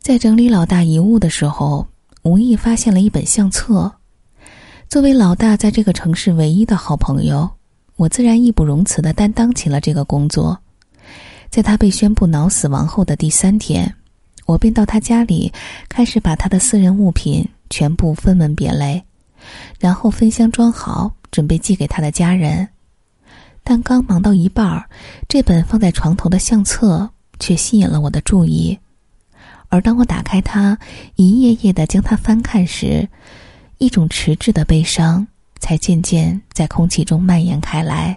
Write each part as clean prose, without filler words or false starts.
在整理老大遗物的时候，无意发现了一本相册。作为老大在这个城市唯一的好朋友，我自然义不容辞地担当起了这个工作。在他被宣布脑死亡后的第3天，我便到他家里，开始把他的私人物品全部分门别类，然后分箱装好，准备寄给他的家人。但刚忙到一半，这本放在床头的相册却吸引了我的注意。而当我打开它，一页页地将它翻看时，一种迟滞的悲伤才渐渐在空气中蔓延开来。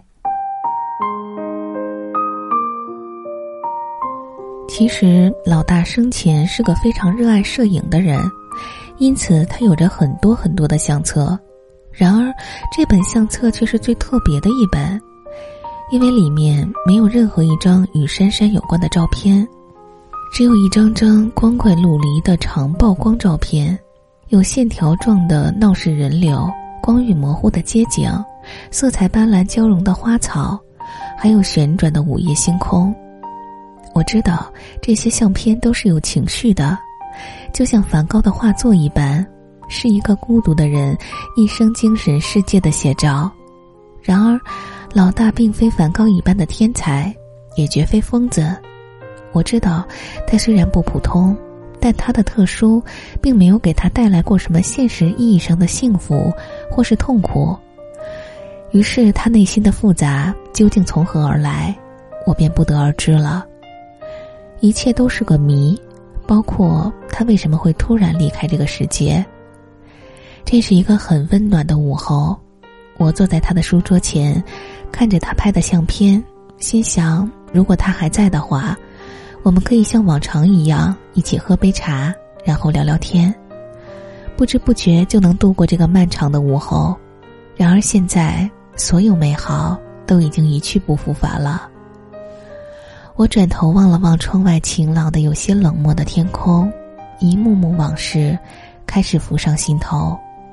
其实老大生前是个非常热爱摄影的人，因此他有着很多很多的相册。然而这本相册却是最特别的一本，因为里面没有任何一张与珊珊有关的照片，只有一张张光怪陆离的长曝光照片，有线条状的闹市人流，光晕模糊的街景，色彩斑斓交融的花草，还有旋转的午夜星空。我知道这些相片都是有情绪的，就像梵高的画作一般，是一个孤独的人一生精神世界的写照。然而老大并非梵高一般的天才，也绝非疯子。我知道他虽然不普通，但他的特殊并没有给他带来过什么现实意义上的幸福或是痛苦。于是他内心的复杂究竟从何而来，我便不得而知了。一切都是个谜，包括他为什么会突然离开这个世界。这是一个很温暖的午后，我坐在他的书桌前，看着他拍的相片，心想如果他还在的话，我们可以像往常一样一起喝杯茶，然后聊聊天，不知不觉就能度过这个漫长的午后。然而现在所有美好都已经一去不复返了。我转头望了望窗外晴朗的有些冷漠的天空，一幕幕往事开始浮上心头。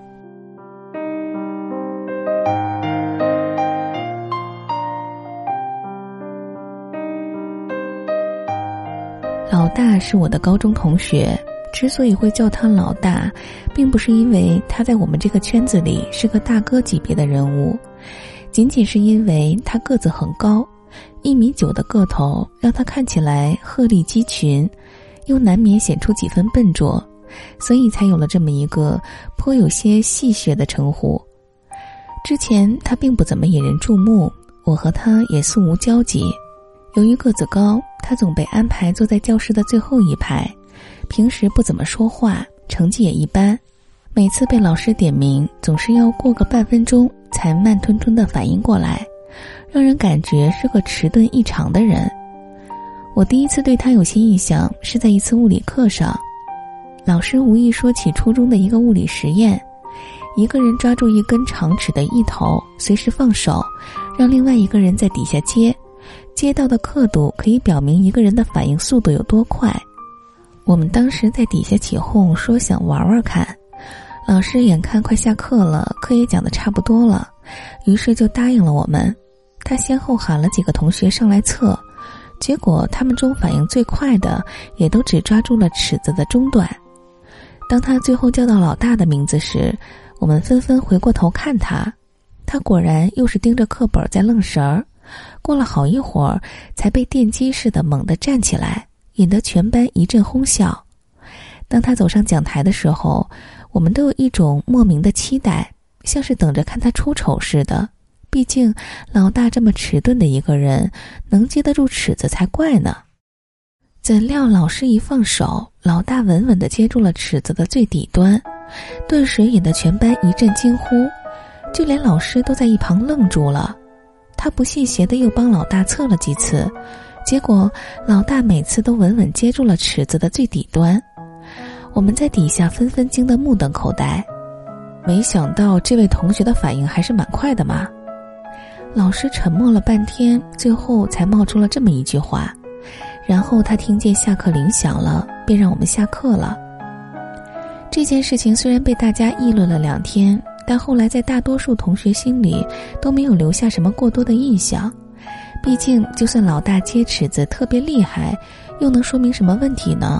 老大是我的高中同学，之所以会叫他老大，并不是因为他在我们这个圈子里是个大哥级别的人物，仅仅是因为他个子很高，1.9米的个头让他看起来鹤立鸡群，又难免显出几分笨拙，所以才有了这么一个颇有些戏谑的称呼。之前他并不怎么引人注目，我和他也素无交集。由于个子高，他总被安排坐在教室的最后一排，平时不怎么说话，成绩也一般，每次被老师点名总是要过个半分钟才慢吞吞地反应过来，让人感觉是个迟钝异常的人。我第一次对他有些印象是在一次物理课上，老师无意说起初中的一个物理实验，一个人抓住一根长尺的一头，随时放手，让另外一个人在底下接到的刻度可以表明一个人的反应速度有多快。我们当时在底下起哄说想玩玩看，老师眼看快下课了，课也讲得差不多了，于是就答应了我们。他先后喊了几个同学上来测，结果他们中反应最快的也都只抓住了尺子的中段。当他最后叫到老大的名字时，我们纷纷回过头看他，他果然又是盯着课本在愣神儿，过了好一会儿才被电击似的猛地站起来，引得全班一阵哄笑。当他走上讲台的时候，我们都有一种莫名的期待，像是等着看他出丑似的。毕竟老大这么迟钝的一个人，能接得住尺子才怪呢。怎料老师一放手，老大稳稳地接住了尺子的最底端，顿时引得全班一阵惊呼，就连老师都在一旁愣住了。他不信邪的又帮老大测了几次，结果老大每次都稳稳接住了尺子的最底端。我们在底下纷纷惊得目瞪口呆，没想到这位同学的反应还是蛮快的嘛。老师沉默了半天，最后才冒出了这么一句话，然后他听见下课铃响了，便让我们下课了。这件事情虽然被大家议论了2天，但后来在大多数同学心里都没有留下什么过多的印象。毕竟就算老大接尺子特别厉害，又能说明什么问题呢？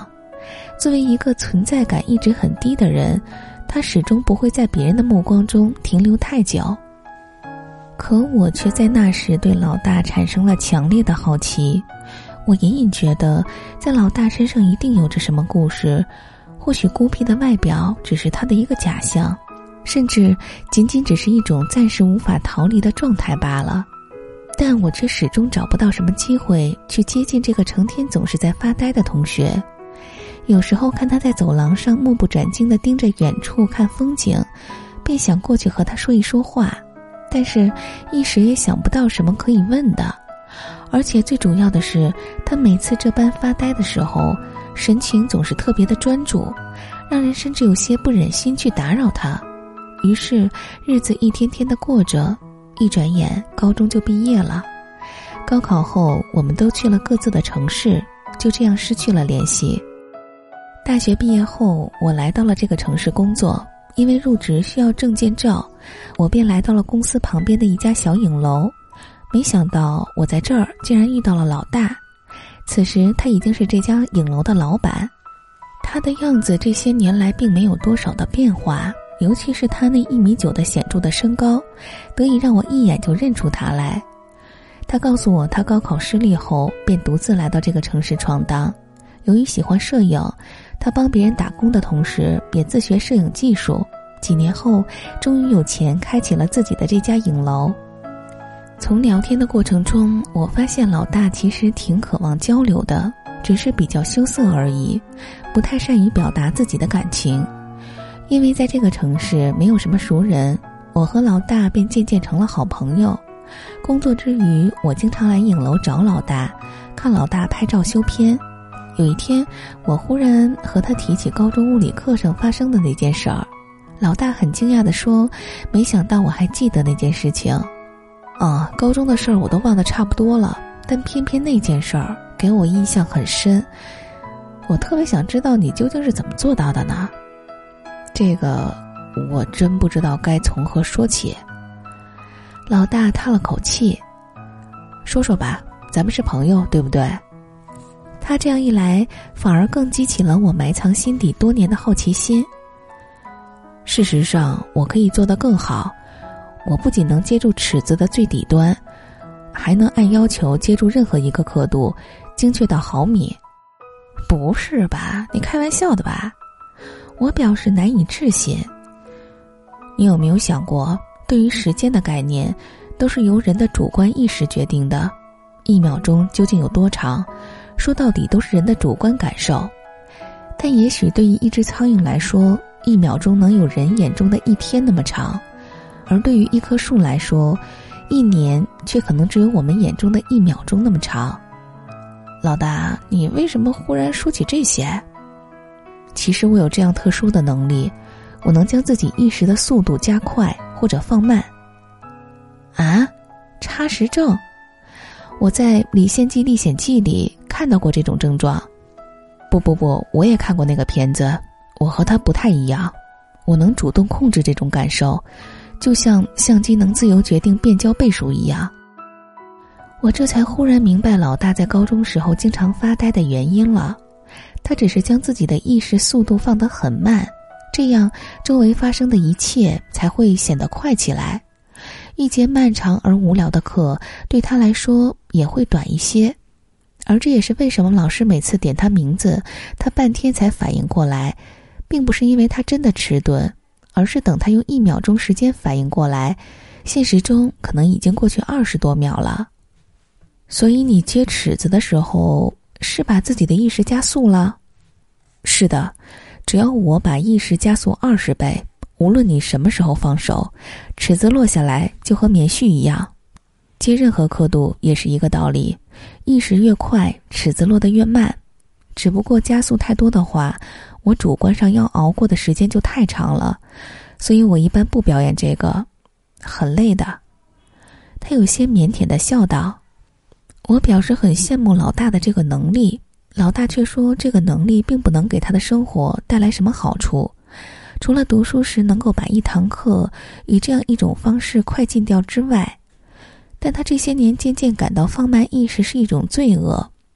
作为一个存在感一直很低的人，他始终不会在别人的目光中停留太久。可我却在那时对老大产生了强烈的好奇，我隐隐觉得在老大身上一定有着什么故事，或许孤僻的外表只是他的一个假象，甚至仅仅只是一种暂时无法逃离的状态罢了。但我却始终找不到什么机会去接近这个成天总是在发呆的同学。有时候看他在走廊上目不转睛地盯着远处看风景，便想过去和他说一说话，但是一时也想不到什么可以问的。而且最主要的是，他每次这般发呆的时候，神情总是特别的专注，让人甚至有些不忍心去打扰他。于是日子一天天的过着，一转眼高中就毕业了。高考后我们都去了各自的城市，就这样失去了联系。大学毕业后，我来到了这个城市工作，因为入职需要证件照，我便来到了公司旁边的一家小影楼。没想到我在这儿竟然遇到了老大，此时他已经是这家影楼的老板。他的样子这些年来并没有多少的变化，尤其是他那1.9米的显著的身高，得以让我一眼就认出他来。他告诉我，他高考失利后便独自来到这个城市闯荡。由于喜欢摄影，他帮别人打工的同时也自学摄影技术。几年后，终于有钱开启了自己的这家影楼。从聊天的过程中，我发现老大其实挺渴望交流的，只是比较羞涩而已，不太善于表达自己的感情。因为在这个城市没有什么熟人，我和老大便渐渐成了好朋友。工作之余，我经常来影楼找老大，看老大拍照修片。有一天，我忽然和他提起高中物理课上发生的那件事儿，老大很惊讶地说：“没想到我还记得那件事情。”高中的事儿我都忘得差不多了，但偏偏那件事儿给我印象很深。我特别想知道你究竟是怎么做到的呢？这个我真不知道该从何说起。老大叹了口气，说说吧，咱们是朋友，对不对？他这样一来，反而更激起了我埋藏心底多年的好奇心。事实上，我可以做得更好。我不仅能接住尺子的最底端，还能按要求接住任何一个刻度，精确到毫米。不是吧？你开玩笑的吧？我表示难以置信。你有没有想过，对于时间的概念，都是由人的主观意识决定的。1秒钟究竟有多长，说到底都是人的主观感受。但也许对于一只苍蝇来说，1秒钟能有人眼中的1天那么长，而对于一棵树来说，1年却可能只有我们眼中的1秒钟那么长。老大，你为什么忽然说起这些？其实我有这样特殊的能力，我能将自己意识的速度加快或者放慢。啊？差时症？我在《李献计历险记》里看到过这种症状。不，我也看过那个片子，我和他不太一样，我能主动控制这种感受，就像相机能自由决定变焦倍数一样。我这才忽然明白老大在高中时候经常发呆的原因了。他只是将自己的意识速度放得很慢，这样周围发生的一切才会显得快起来。一节漫长而无聊的课对他来说也会短一些，而这也是为什么老师每次点他名字，他半天才反应过来，并不是因为他真的迟钝，而是等他用1秒钟时间反应过来，现实中可能已经过去20多秒了。所以你接尺子的时候，是把自己的意识加速了？是的，只要我把意识加速20倍，无论你什么时候放手，尺子落下来就和棉絮一样。接任何刻度也是一个道理，意识越快，尺子落得越慢。只不过加速太多的话，我主观上要熬过的时间就太长了，所以我一般不表演这个，很累的。他有些腼腆地笑道。我表示很羡慕老大的这个能力，老大却说这个能力并不能给他的生活带来什么好处，除了读书时能够把一堂课以这样一种方式快进掉之外。但他这些年渐渐感到放慢意识是一种罪恶，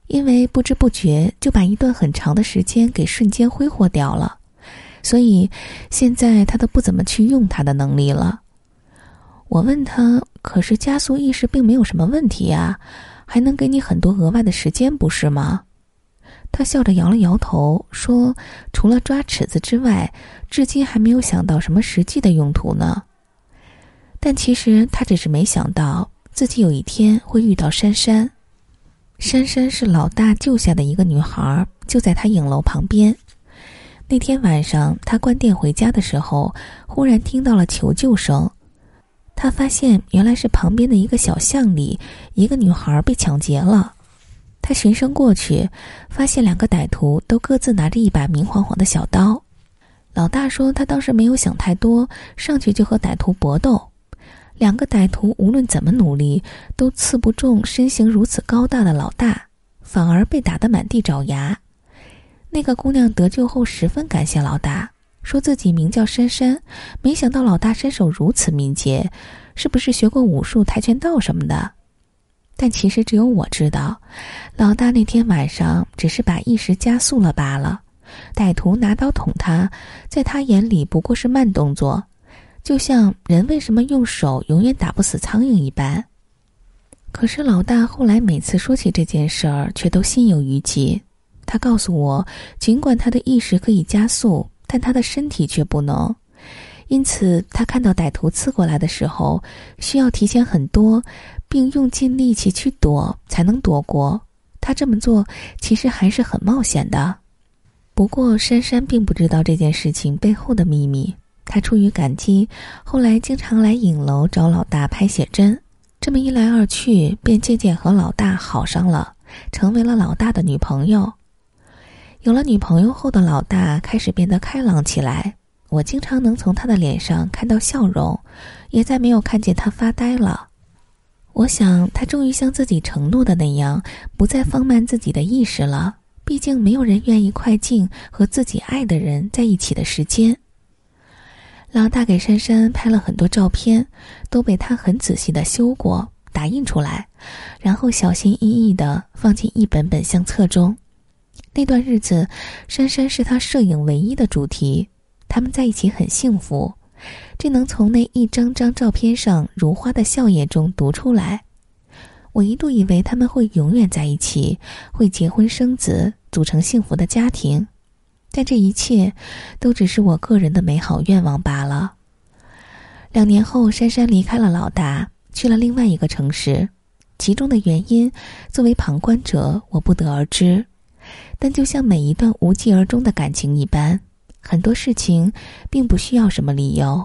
因为不知不觉就把一段很长的时间给瞬间挥霍掉了，所以现在他都不怎么去用他的能力了。我问他，可是加速意识并没有什么问题呀，还能给你很多额外的时间，不是吗？他笑着摇了摇头，说除了抓尺子之外，至今还没有想到什么实际的用途呢。但其实他只是没想到自己有一天会遇到珊珊。珊珊是老大救下的一个女孩，就在他影楼旁边。那天晚上他关店回家的时候，忽然听到了求救声。他发现原来是旁边的一个小巷里，一个女孩被抢劫了。他循声过去，发现2个歹徒都各自拿着一把明晃晃的小刀。老大说他当时没有想太多，上去就和歹徒搏斗。2个歹徒无论怎么努力，都刺不中身形如此高大的老大，反而被打得满地找牙。那个姑娘得救后十分感谢老大，说自己名叫珊珊，没想到老大身手如此敏捷，是不是学过武术、跆拳道什么的？但其实只有我知道，老大那天晚上只是把意识加速了罢了。歹徒拿刀捅他，在他眼里不过是慢动作，就像人为什么用手永远打不死苍蝇一般。可是老大后来每次说起这件事儿，却都心有余悸。他告诉我，尽管他的意识可以加速，但他的身体却不能。因此他看到歹徒刺过来的时候，需要提前很多，并用尽力气去躲，才能躲过。他这么做其实还是很冒险的。不过珊珊并不知道这件事情背后的秘密。她出于感激，后来经常来影楼找老大拍写真。这么一来二去，便渐渐和老大好上了，成为了老大的女朋友。有了女朋友后的老大开始变得开朗起来，我经常能从他的脸上看到笑容，也再没有看见他发呆了。我想他终于像自己承诺的那样，不再放慢自己的意识了，毕竟没有人愿意快进和自己爱的人在一起的时间。老大给珊珊拍了很多照片，都被他很仔细地修过，打印出来，然后小心翼翼地放进一本本相册中。那段日子，珊珊是他摄影唯一的主题，他们在一起很幸福，这能从那一张张照片上如花的笑靥中读出来。我一度以为他们会永远在一起，会结婚生子，组成幸福的家庭，但这一切都只是我个人的美好愿望罢了。2年后，珊珊离开了老大，去了另外一个城市，其中的原因，作为旁观者我不得而知。但就像每一段无疾而终的感情一般，很多事情并不需要什么理由。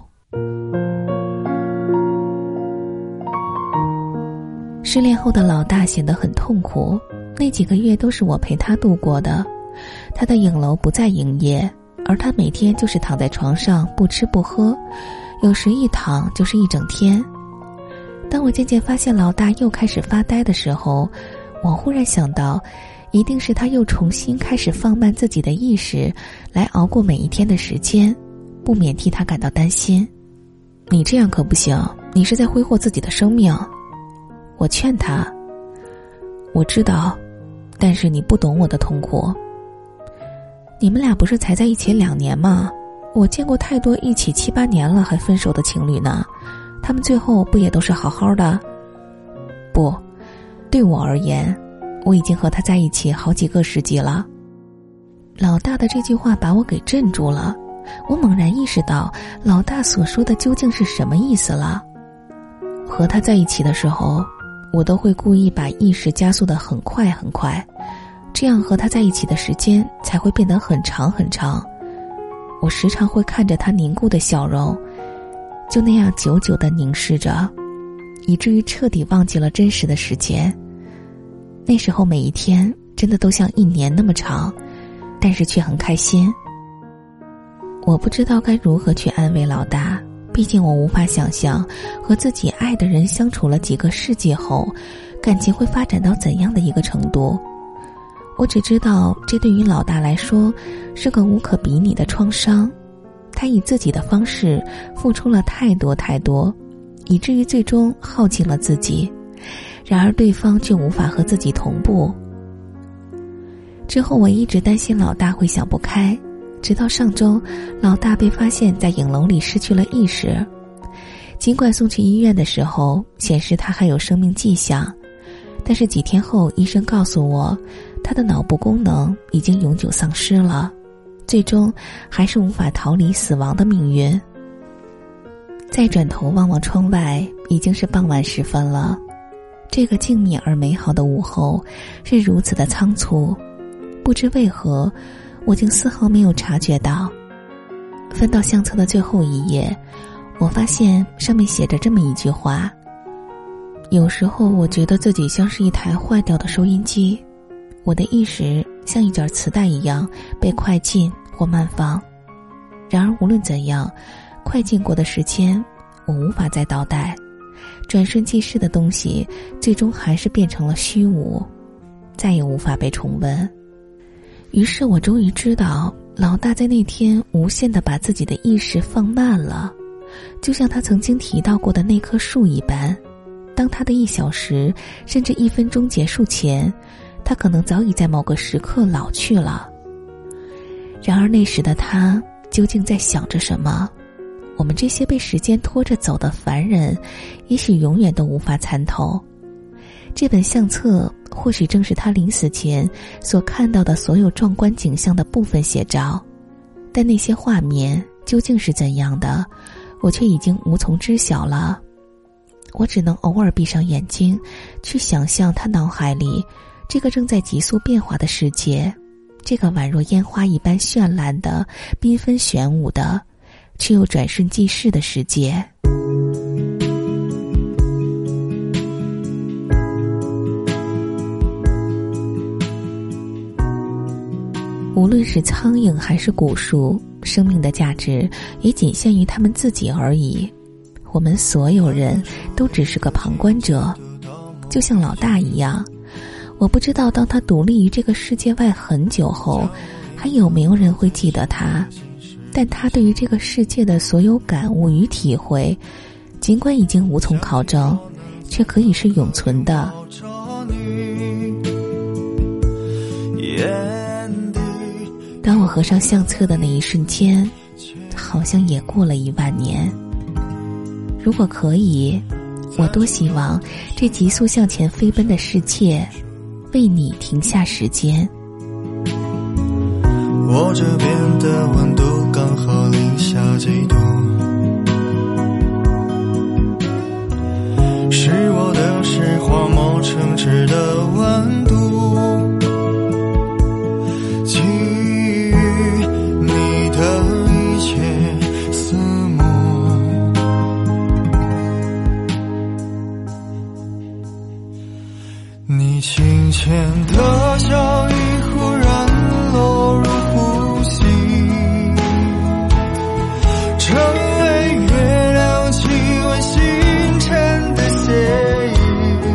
失恋后的老大显得很痛苦，那几个月都是我陪他度过的。他的影楼不再营业，而他每天就是躺在床上不吃不喝，有时一躺就是一整天。当我渐渐发现老大又开始发呆的时候，我忽然想到，一定是他又重新开始放慢自己的意识，来熬过每一天的时间，不免替他感到担心。你这样可不行，你是在挥霍自己的生命。我劝他，我知道，但是你不懂我的痛苦。你们俩不是才在一起2年吗？我见过太多一起7、8年了还分手的情侣呢，他们最后不也都是好好的？不，对我而言，我已经和他在一起好几个世纪了。老大的这句话把我给镇住了，我猛然意识到老大所说的究竟是什么意思了。和他在一起的时候，我都会故意把意识加速得很快很快，这样和他在一起的时间才会变得很长很长。我时常会看着他凝固的笑容，就那样久久地凝视着，以至于彻底忘记了真实的时间。那时候每一天真的都像1年那么长，但是却很开心。我不知道该如何去安慰老大，毕竟我无法想象和自己爱的人相处了几个世纪后，感情会发展到怎样的一个程度。我只知道这对于老大来说是个无可比拟的创伤，他以自己的方式付出了太多太多，以至于最终耗尽了自己，然而对方却无法和自己同步。 之后我一直担心老大会想不开，直到上周，老大被发现在影楼里失去了意识。尽管送去医院的时候显示他还有生命迹象，但是几天后医生告诉我，他的脑部功能已经永久丧失了，最终还是无法逃离死亡的命运。再转头望望窗外，已经是傍晚时分了。这个静谧而美好的午后是如此的仓促，不知为何我竟丝毫没有察觉到。翻到相册的最后一页，我发现上面写着这么一句话：有时候我觉得自己像是一台坏掉的收音机，我的意识像一卷磁带一样被快进或慢放。然而无论怎样，快进过的时间我无法再倒带，转瞬即逝的东西最终还是变成了虚无，再也无法被重温。于是我终于知道，老大在那天无限地把自己的意识放慢了，就像他曾经提到过的那棵树一般，当他的1小时甚至1分钟结束前，他可能早已在某个时刻老去了。然而那时的他究竟在想着什么，我们这些被时间拖着走的凡人也许永远都无法参透。这本相册或许正是他临死前所看到的所有壮观景象的部分写照，但那些画面究竟是怎样的，我却已经无从知晓了。我只能偶尔闭上眼睛，去想象他脑海里这个正在急速变化的世界，这个宛若烟花一般绚烂的、缤纷玄武的，却又转瞬即逝的世界。无论是苍蝇还是古树，生命的价值也仅限于他们自己而已。我们所有人都只是个旁观者，就像老大一样。我不知道当他独立于这个世界外很久后，还有没有人会记得他，但他对于这个世界的所有感悟与体会，尽管已经无从考证，却可以是永存的。当我合上相册的那一瞬间，好像也过了10000年。如果可以，我多希望这急速向前飞奔的世界为你停下时间。 我这边的温度刚好零下几度，是我的石化磨成纸的温度，基于你的一切似梦。你轻浅的笑意忽然落入呼吸，成为月亮亲吻星辰的协议，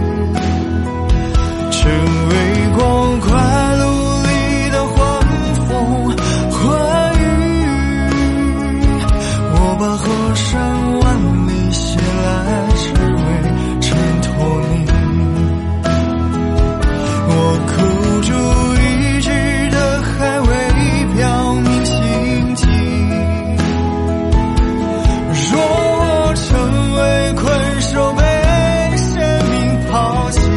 成为光怪陆离的欢风欢雨。我把河山万里写来，只为衬托你。我哭住一直的还未表明心迹，若我成为困兽被生命抛弃，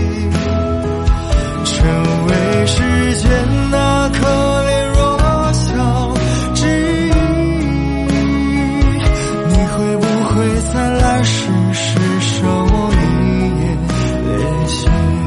成为世间那可怜弱小之一，你会不会在来世施舍我一眼怜惜？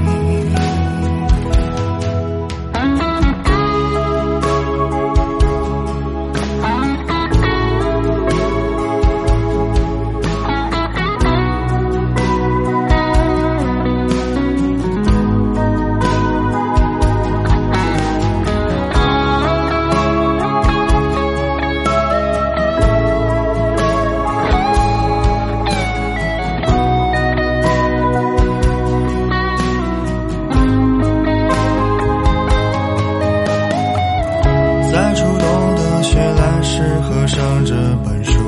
在初冬的雪来时合上这本书，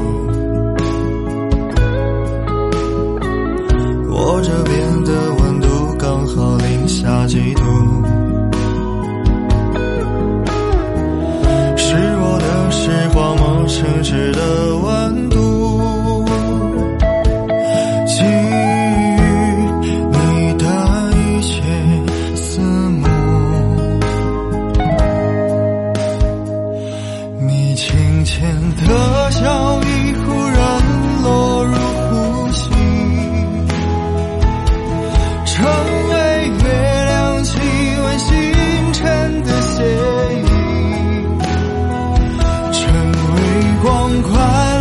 我这边的温度刚好零下几度， 城市的温度，基于你的一切四目，你轻浅的笑意忽然落入呼吸，成为月亮亲吻星辰的协议，成为光快